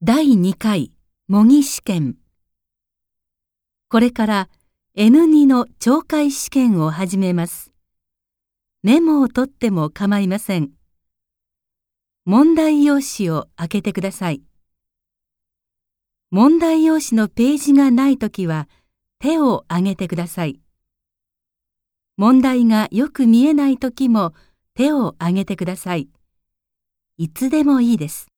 第2回模擬試験。これから N2 の懲戒試験を始めます。メモを取っても構いません。問題用紙を開けてください。問題用紙のページがないときは手を挙げてください。問題がよく見えないときも手を挙げてください。いつでもいいです。